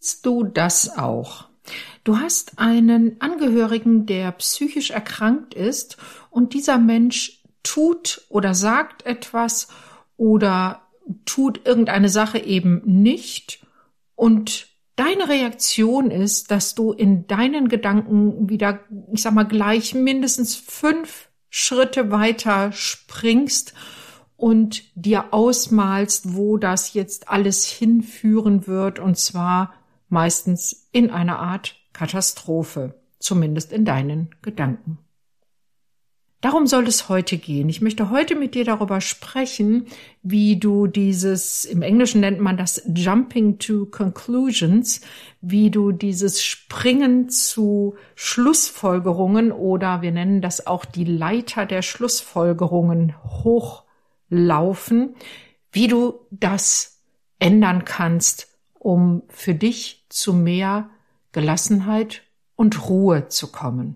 Du das auch? Du hast einen Angehörigen, der psychisch erkrankt ist und dieser Mensch tut oder sagt etwas oder tut irgendeine Sache eben nicht und deine Reaktion ist, dass du in deinen Gedanken wieder, gleich mindestens 5 Schritte weiter springst und dir ausmalst, wo das jetzt alles hinführen wird, und zwar meistens in einer Art Katastrophe, zumindest in deinen Gedanken. Darum soll es heute gehen. Ich möchte heute mit dir darüber sprechen, wie du dieses, im Englischen nennt man das Jumping to Conclusions, wie du dieses Springen zu Schlussfolgerungen oder wir nennen das auch die Leiter der Schlussfolgerungen hochlaufen, wie du das ändern kannst, um für dich zu mehr Gelassenheit und Ruhe zu kommen.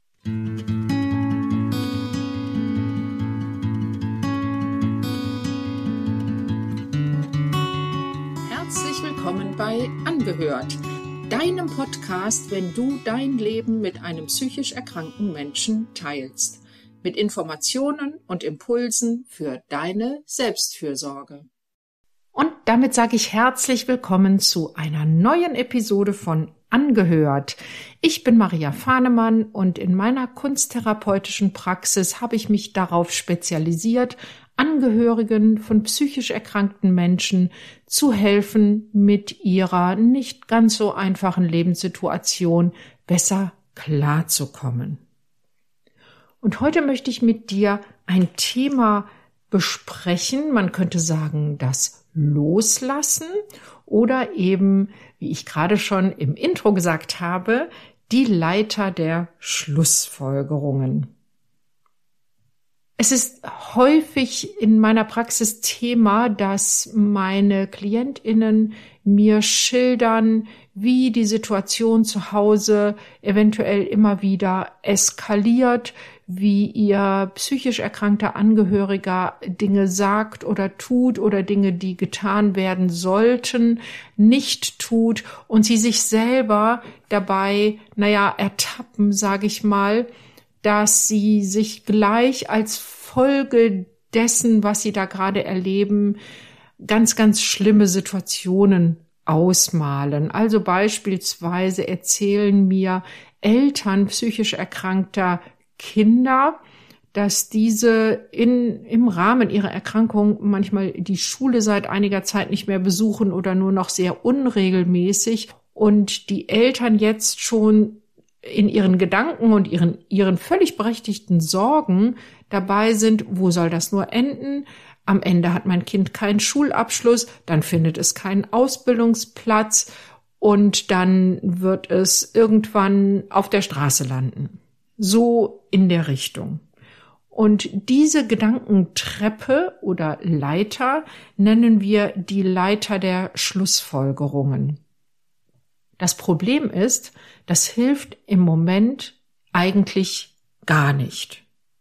Herzlich willkommen bei Angehört, deinem Podcast, wenn du dein Leben mit einem psychisch erkrankten Menschen teilst, mit Informationen und Impulsen für deine Selbstfürsorge. Und damit sage ich herzlich willkommen zu einer neuen Episode von Angehört. Ich bin Maria Fahnemann und in meiner kunsttherapeutischen Praxis habe ich mich darauf spezialisiert, Angehörigen von psychisch erkrankten Menschen zu helfen, mit ihrer nicht ganz so einfachen Lebenssituation besser klarzukommen. Und heute möchte ich mit dir ein Thema besprechen. Man könnte sagen, das Loslassen oder eben, wie ich gerade schon im Intro gesagt habe, die Leiter der Schlussfolgerungen. Es ist häufig in meiner Praxis Thema, dass meine KlientInnen mir schildern, wie die Situation zu Hause eventuell immer wieder eskaliert, wie ihr psychisch erkrankter Angehöriger Dinge sagt oder tut oder Dinge, die getan werden sollten, nicht tut und sie sich selber dabei, ertappen, sage ich mal, dass sie sich gleich als Folge dessen, was sie da gerade erleben, ganz, ganz schlimme Situationen ausmalen. Also beispielsweise erzählen mir Eltern psychisch erkrankter Kinder, dass diese im Rahmen ihrer Erkrankung manchmal die Schule seit einiger Zeit nicht mehr besuchen oder nur noch sehr unregelmäßig und die Eltern jetzt schon in ihren Gedanken und ihren völlig berechtigten Sorgen dabei sind, wo soll das nur enden? Am Ende hat mein Kind keinen Schulabschluss, dann findet es keinen Ausbildungsplatz und dann wird es irgendwann auf der Straße landen. So in der Richtung. Und diese Gedankentreppe oder Leiter nennen wir die Leiter der Schlussfolgerungen. Das Problem ist, das hilft im Moment eigentlich gar nicht.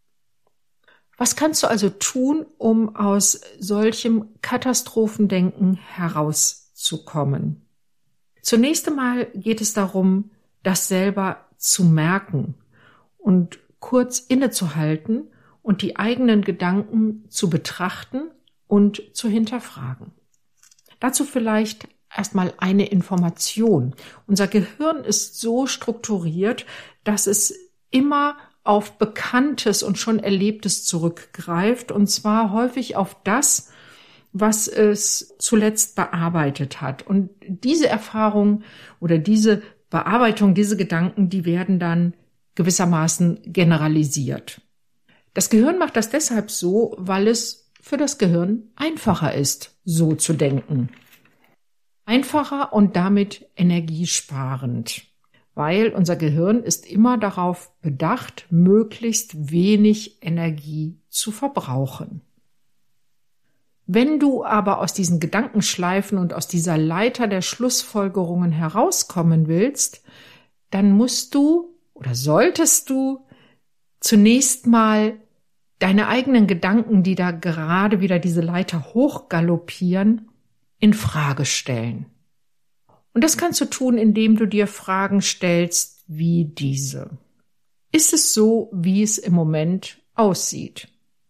Was kannst du also tun, um aus solchem Katastrophendenken herauszukommen? Zunächst einmal geht es darum, das selber zu merken und kurz innezuhalten und die eigenen Gedanken zu betrachten und zu hinterfragen. Dazu vielleicht erstmal eine Information. Unser Gehirn ist so strukturiert, dass es immer auf Bekanntes und schon Erlebtes zurückgreift, und zwar häufig auf das, was es zuletzt bearbeitet hat. Und diese Erfahrung oder diese Bearbeitung, diese Gedanken, die werden dann gewissermaßen generalisiert. Das Gehirn macht das deshalb so, weil es für das Gehirn einfacher ist, so zu denken. Einfacher und damit energiesparend, weil unser Gehirn ist immer darauf bedacht, möglichst wenig Energie zu verbrauchen. Wenn du aber aus diesen Gedankenschleifen und aus dieser Leiter der Schlussfolgerungen herauskommen willst, dann musst du oder solltest du zunächst mal deine eigenen Gedanken, die da gerade wieder diese Leiter hochgaloppieren, in Frage stellen. Und das kannst du tun, indem du dir Fragen stellst wie diese. Ist es so, wie es im Moment aussieht?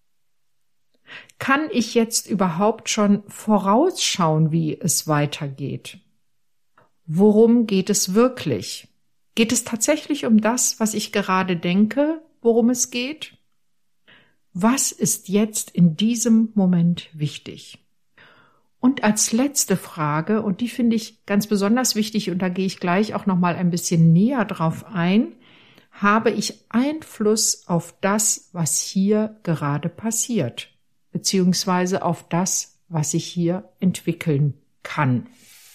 Kann ich jetzt überhaupt schon vorausschauen, wie es weitergeht? Worum geht es wirklich? Geht es tatsächlich um das, was ich gerade denke, worum es geht? Was ist jetzt in diesem Moment wichtig? Und als letzte Frage, und die finde ich ganz besonders wichtig, und da gehe ich gleich auch noch mal ein bisschen näher drauf ein, habe ich Einfluss auf das, was hier gerade passiert, beziehungsweise auf das, was ich hier entwickeln kann?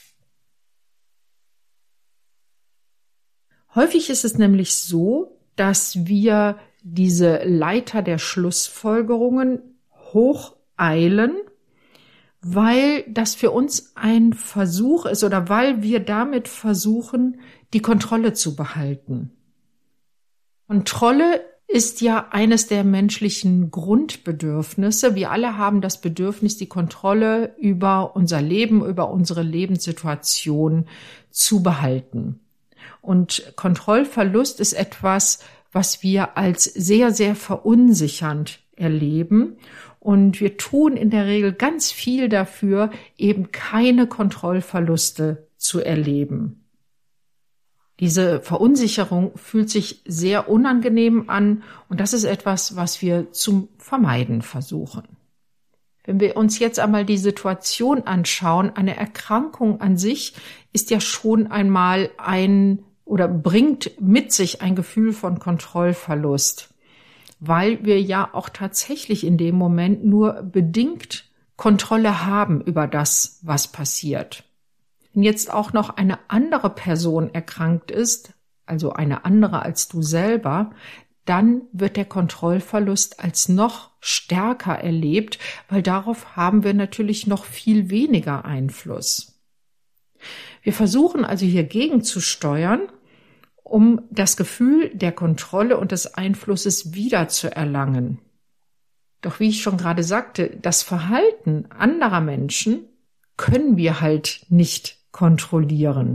Häufig ist es nämlich so, dass wir diese Leiter der Schlussfolgerungen hocheilen, weil das für uns ein Versuch ist oder weil wir damit versuchen, die Kontrolle zu behalten. Kontrolle ist ja eines der menschlichen Grundbedürfnisse. Wir alle haben das Bedürfnis, die Kontrolle über unser Leben, über unsere Lebenssituation zu behalten. Und Kontrollverlust ist etwas, was wir als sehr, sehr verunsichernd erleben. Und wir tun in der Regel ganz viel dafür, eben keine Kontrollverluste zu erleben. Diese Verunsicherung fühlt sich sehr unangenehm an und das ist etwas, was wir zum Vermeiden versuchen. Wenn wir uns jetzt einmal die Situation anschauen, eine Erkrankung an sich ist ja schon einmal bringt mit sich ein Gefühl von Kontrollverlust, weil wir ja auch tatsächlich in dem Moment nur bedingt Kontrolle haben über das, was passiert. Wenn jetzt auch noch eine andere Person erkrankt ist, also eine andere als du selber, dann wird der Kontrollverlust als noch stärker erlebt, weil darauf haben wir natürlich noch viel weniger Einfluss. Wir versuchen also hier gegenzusteuern, um das Gefühl der Kontrolle und des Einflusses wiederzuerlangen. Doch wie ich schon gerade sagte, das Verhalten anderer Menschen können wir halt nicht kontrollieren.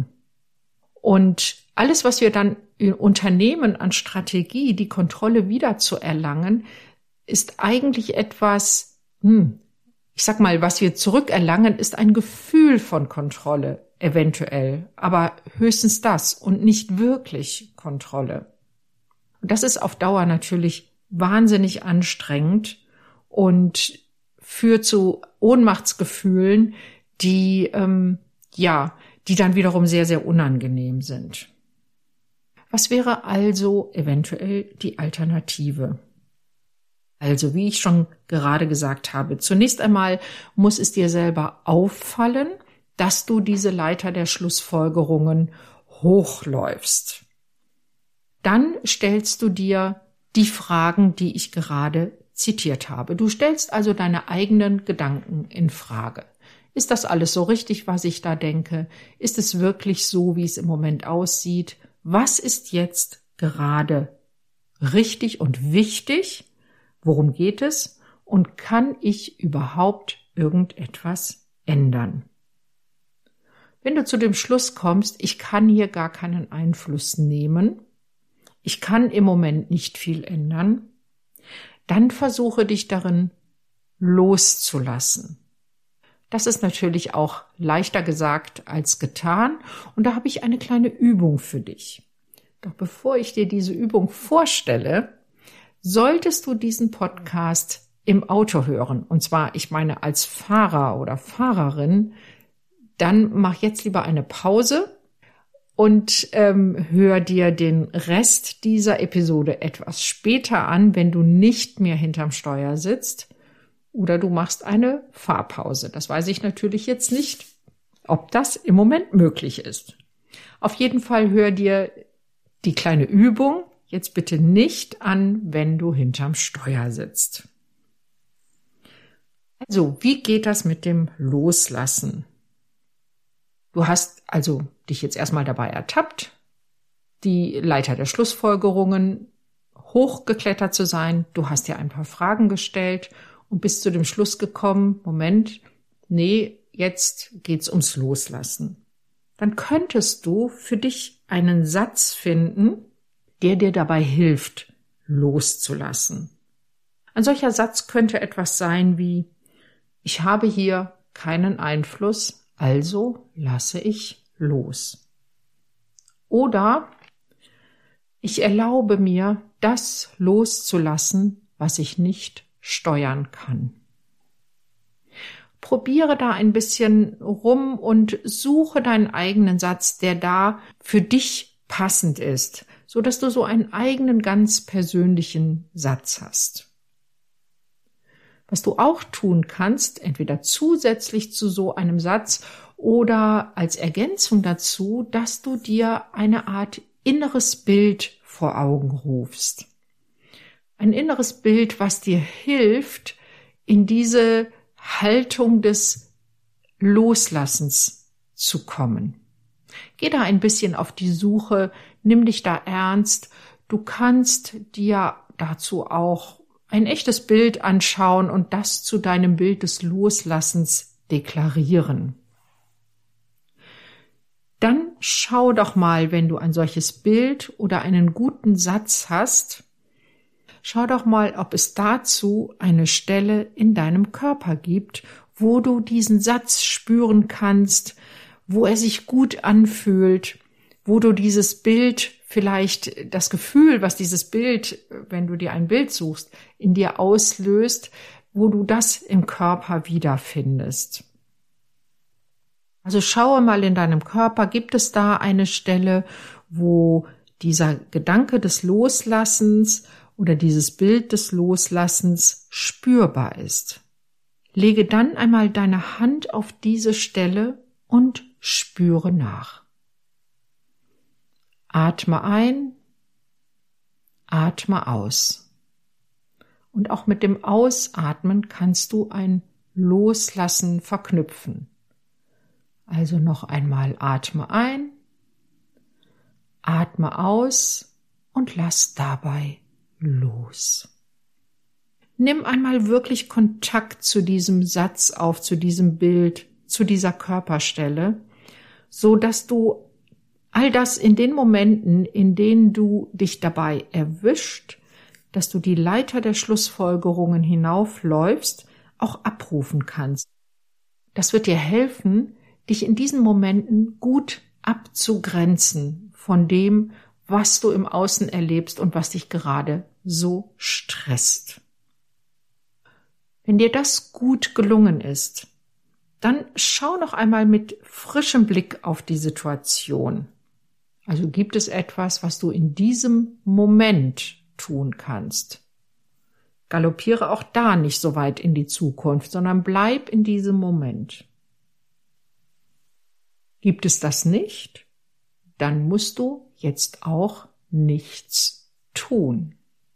Und alles, was wir dann unternehmen an Strategie, die Kontrolle wiederzuerlangen, ist eigentlich etwas, ich sag mal, was wir zurückerlangen, ist ein Gefühl von Kontrolle, eventuell, aber höchstens das und nicht wirklich Kontrolle. Und das ist auf Dauer natürlich wahnsinnig anstrengend und führt zu Ohnmachtsgefühlen, die dann wiederum sehr, sehr unangenehm sind. Was wäre also eventuell die Alternative? Also, wie ich schon gerade gesagt habe, zunächst einmal muss es dir selber auffallen, dass du diese Leiter der Schlussfolgerungen hochläufst. Dann stellst du dir die Fragen, die ich gerade zitiert habe. Du stellst also deine eigenen Gedanken in Frage. Ist das alles so richtig, was ich da denke? Ist es wirklich so, wie es im Moment aussieht? Was ist jetzt gerade richtig und wichtig? Worum geht es? Und kann ich überhaupt irgendetwas ändern? Wenn du zu dem Schluss kommst, ich kann hier gar keinen Einfluss nehmen, ich kann im Moment nicht viel ändern, dann versuche dich darin loszulassen. Das ist natürlich auch leichter gesagt als getan und da habe ich eine kleine Übung für dich. Doch bevor ich dir diese Übung vorstelle, solltest du diesen Podcast im Auto hören, und zwar, ich meine als Fahrer oder Fahrerin, dann mach jetzt lieber eine Pause und hör dir den Rest dieser Episode etwas später an, wenn du nicht mehr hinterm Steuer sitzt. Oder du machst eine Fahrpause. Das weiß ich natürlich jetzt nicht, ob das im Moment möglich ist. Auf jeden Fall hör dir die kleine Übung jetzt bitte nicht an, wenn du hinterm Steuer sitzt. Also, wie geht das mit dem Loslassen? Du hast also dich jetzt erstmal dabei ertappt, die Leiter der Schlussfolgerungen hochgeklettert zu sein. Du hast dir ein paar Fragen gestellt und bist zu dem Schluss gekommen, Moment, nee, jetzt geht's ums Loslassen. dann könntest du für dich einen Satz finden, der dir dabei hilft, loszulassen. Ein solcher Satz könnte etwas sein wie: Ich habe hier keinen Einfluss, also lasse ich los. Oder: Ich erlaube mir, das loszulassen, was ich nicht steuern kann. Probiere da ein bisschen rum und suche deinen eigenen Satz, der da für dich passend ist, so dass du so einen eigenen, ganz persönlichen Satz hast. Was du auch tun kannst, entweder zusätzlich zu so einem Satz oder als Ergänzung dazu, dass du dir eine Art inneres Bild vor Augen rufst. Ein inneres Bild, was dir hilft, in diese Haltung des Loslassens zu kommen. Geh da ein bisschen auf die Suche, nimm dich da ernst. Du kannst dir dazu auch ein echtes Bild anschauen und das zu deinem Bild des Loslassens deklarieren. Dann schau doch mal, wenn du ein solches Bild oder einen guten Satz hast, schau doch mal, ob es dazu eine Stelle in deinem Körper gibt, wo du diesen Satz spüren kannst, wo er sich gut anfühlt, wo du dieses Bild, vielleicht das Gefühl, was dieses Bild, wenn du dir ein Bild suchst, in dir auslöst, wo du das im Körper wiederfindest. Also schaue mal in deinem Körper, gibt es da eine Stelle, wo dieser Gedanke des Loslassens oder dieses Bild des Loslassens spürbar ist. Lege dann einmal deine Hand auf diese Stelle und spüre nach. Atme ein, atme aus. Und auch mit dem Ausatmen kannst du ein Loslassen verknüpfen. Also noch einmal atme ein, atme aus und lass dabei los. Nimm einmal wirklich Kontakt zu diesem Satz auf, zu diesem Bild, zu dieser Körperstelle, so dass du all das in den Momenten, in denen du dich dabei erwischt, dass du die Leiter der Schlussfolgerungen hinaufläufst, auch abrufen kannst. Das wird dir helfen, dich in diesen Momenten gut abzugrenzen von dem, was du im Außen erlebst und was dich gerade so stresst. Wenn dir das gut gelungen ist, dann schau noch einmal mit frischem Blick auf die Situation. Also gibt es etwas, was du in diesem Moment tun kannst. Galoppiere auch da nicht so weit in die Zukunft, sondern bleib in diesem Moment. Gibt es das nicht, dann musst du jetzt auch nichts tun.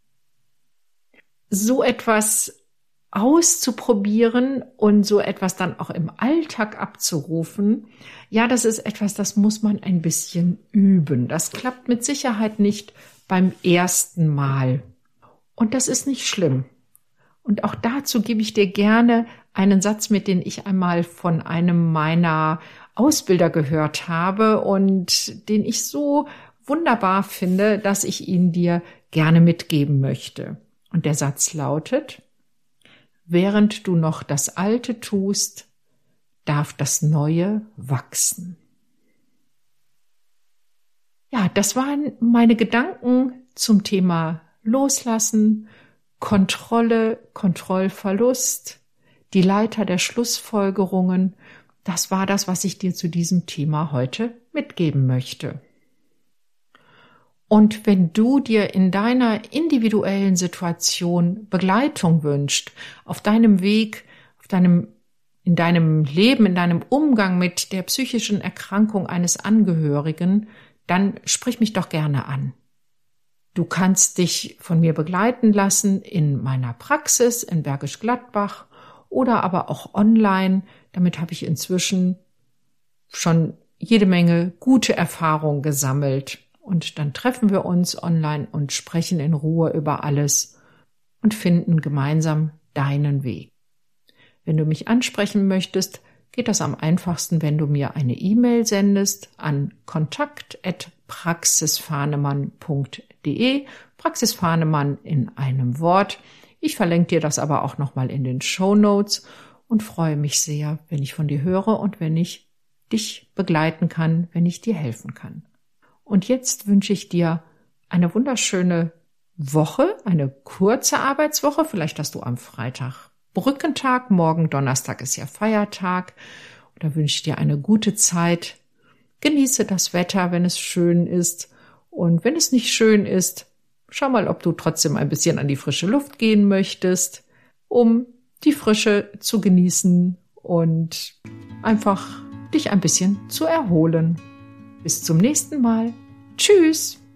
So etwas auszuprobieren und so etwas dann auch im Alltag abzurufen, ja, das ist etwas, das muss man ein bisschen üben. Das klappt mit Sicherheit nicht beim ersten Mal. Und das ist nicht schlimm. Und auch dazu gebe ich dir gerne einen Satz mit, den ich einmal von einem meiner Ausbilder gehört habe und den ich so wunderbar finde, dass ich ihn dir gerne mitgeben möchte. Und der Satz lautet: Während du noch das Alte tust, darf das Neue wachsen. Ja, das waren meine Gedanken zum Thema Loslassen, Kontrolle, Kontrollverlust, die Leiter der Schlussfolgerungen. Das war das, was ich dir zu diesem Thema heute mitgeben möchte. Und wenn du dir in deiner individuellen Situation Begleitung wünschst, auf deinem Weg, in deinem Leben, in deinem Umgang mit der psychischen Erkrankung eines Angehörigen, dann sprich mich doch gerne an. Du kannst dich von mir begleiten lassen in meiner Praxis in Bergisch Gladbach oder aber auch online. Damit habe ich inzwischen schon jede Menge gute Erfahrungen gesammelt. Und dann treffen wir uns online und sprechen in Ruhe über alles und finden gemeinsam deinen Weg. Wenn du mich ansprechen möchtest, geht das am einfachsten, wenn du mir eine E-Mail sendest an kontakt@praxisfahnemann.de, Praxis Fahnemann in einem Wort. Ich verlinke dir das aber auch nochmal in den Shownotes und freue mich sehr, wenn ich von dir höre und wenn ich dich begleiten kann, wenn ich dir helfen kann. Und jetzt wünsche ich dir eine wunderschöne Woche, eine kurze Arbeitswoche. Vielleicht hast du am Freitag Brückentag, morgen Donnerstag ist ja Feiertag. Und da wünsche ich dir eine gute Zeit. Genieße das Wetter, wenn es schön ist. Und wenn es nicht schön ist, schau mal, ob du trotzdem ein bisschen an die frische Luft gehen möchtest, um die Frische zu genießen und einfach dich ein bisschen zu erholen. Bis zum nächsten Mal. Tschüss!